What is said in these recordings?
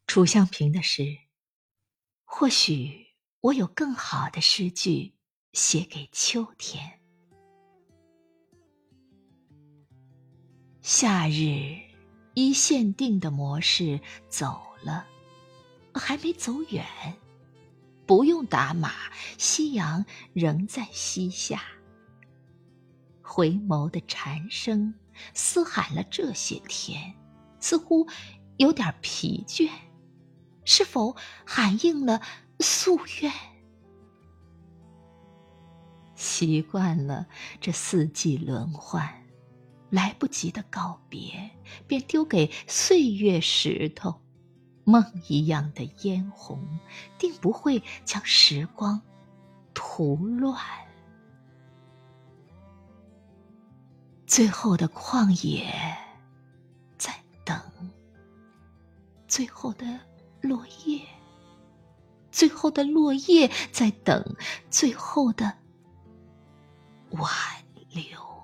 楚香平的诗，或许我有更好的诗句写给秋天。夏日依限定的模式走了，还没走远，不用打马，夕阳仍在西下。回眸的蝉声嘶喊了这些天，似乎有点疲倦，是否喊应了夙愿？习惯了这四季轮换，来不及的告别，便丢给岁月石头。梦一样的嫣红，定不会将时光涂乱。最后的旷野在等，最后的落叶，最后的落叶在等最后的挽留。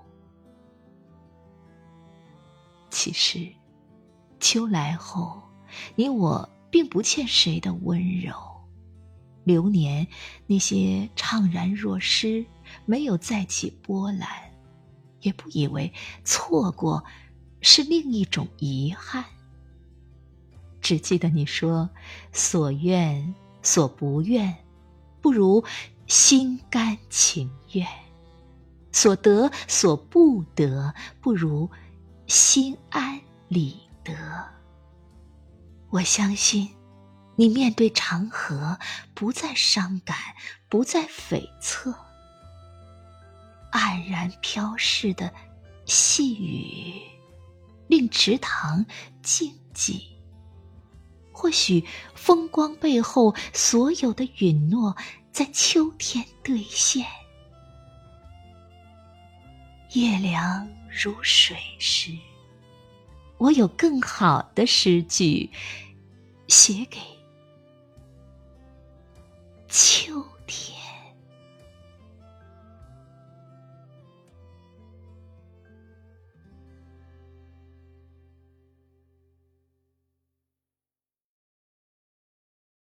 其实秋来后，你我并不欠谁的温柔。流年那些怅然若失，没有再起波澜，也不以为错过是另一种遗憾。只记得你说，所愿所不愿，不如心甘情愿；所得所不得，不如心安理得。我相信你面对长河，不再伤感，不再悱恻。黯然飘逝的细雨，令池塘静寂。或许风光背后所有的允诺，在秋天兑现。夜凉如水时，我有更好的诗句写给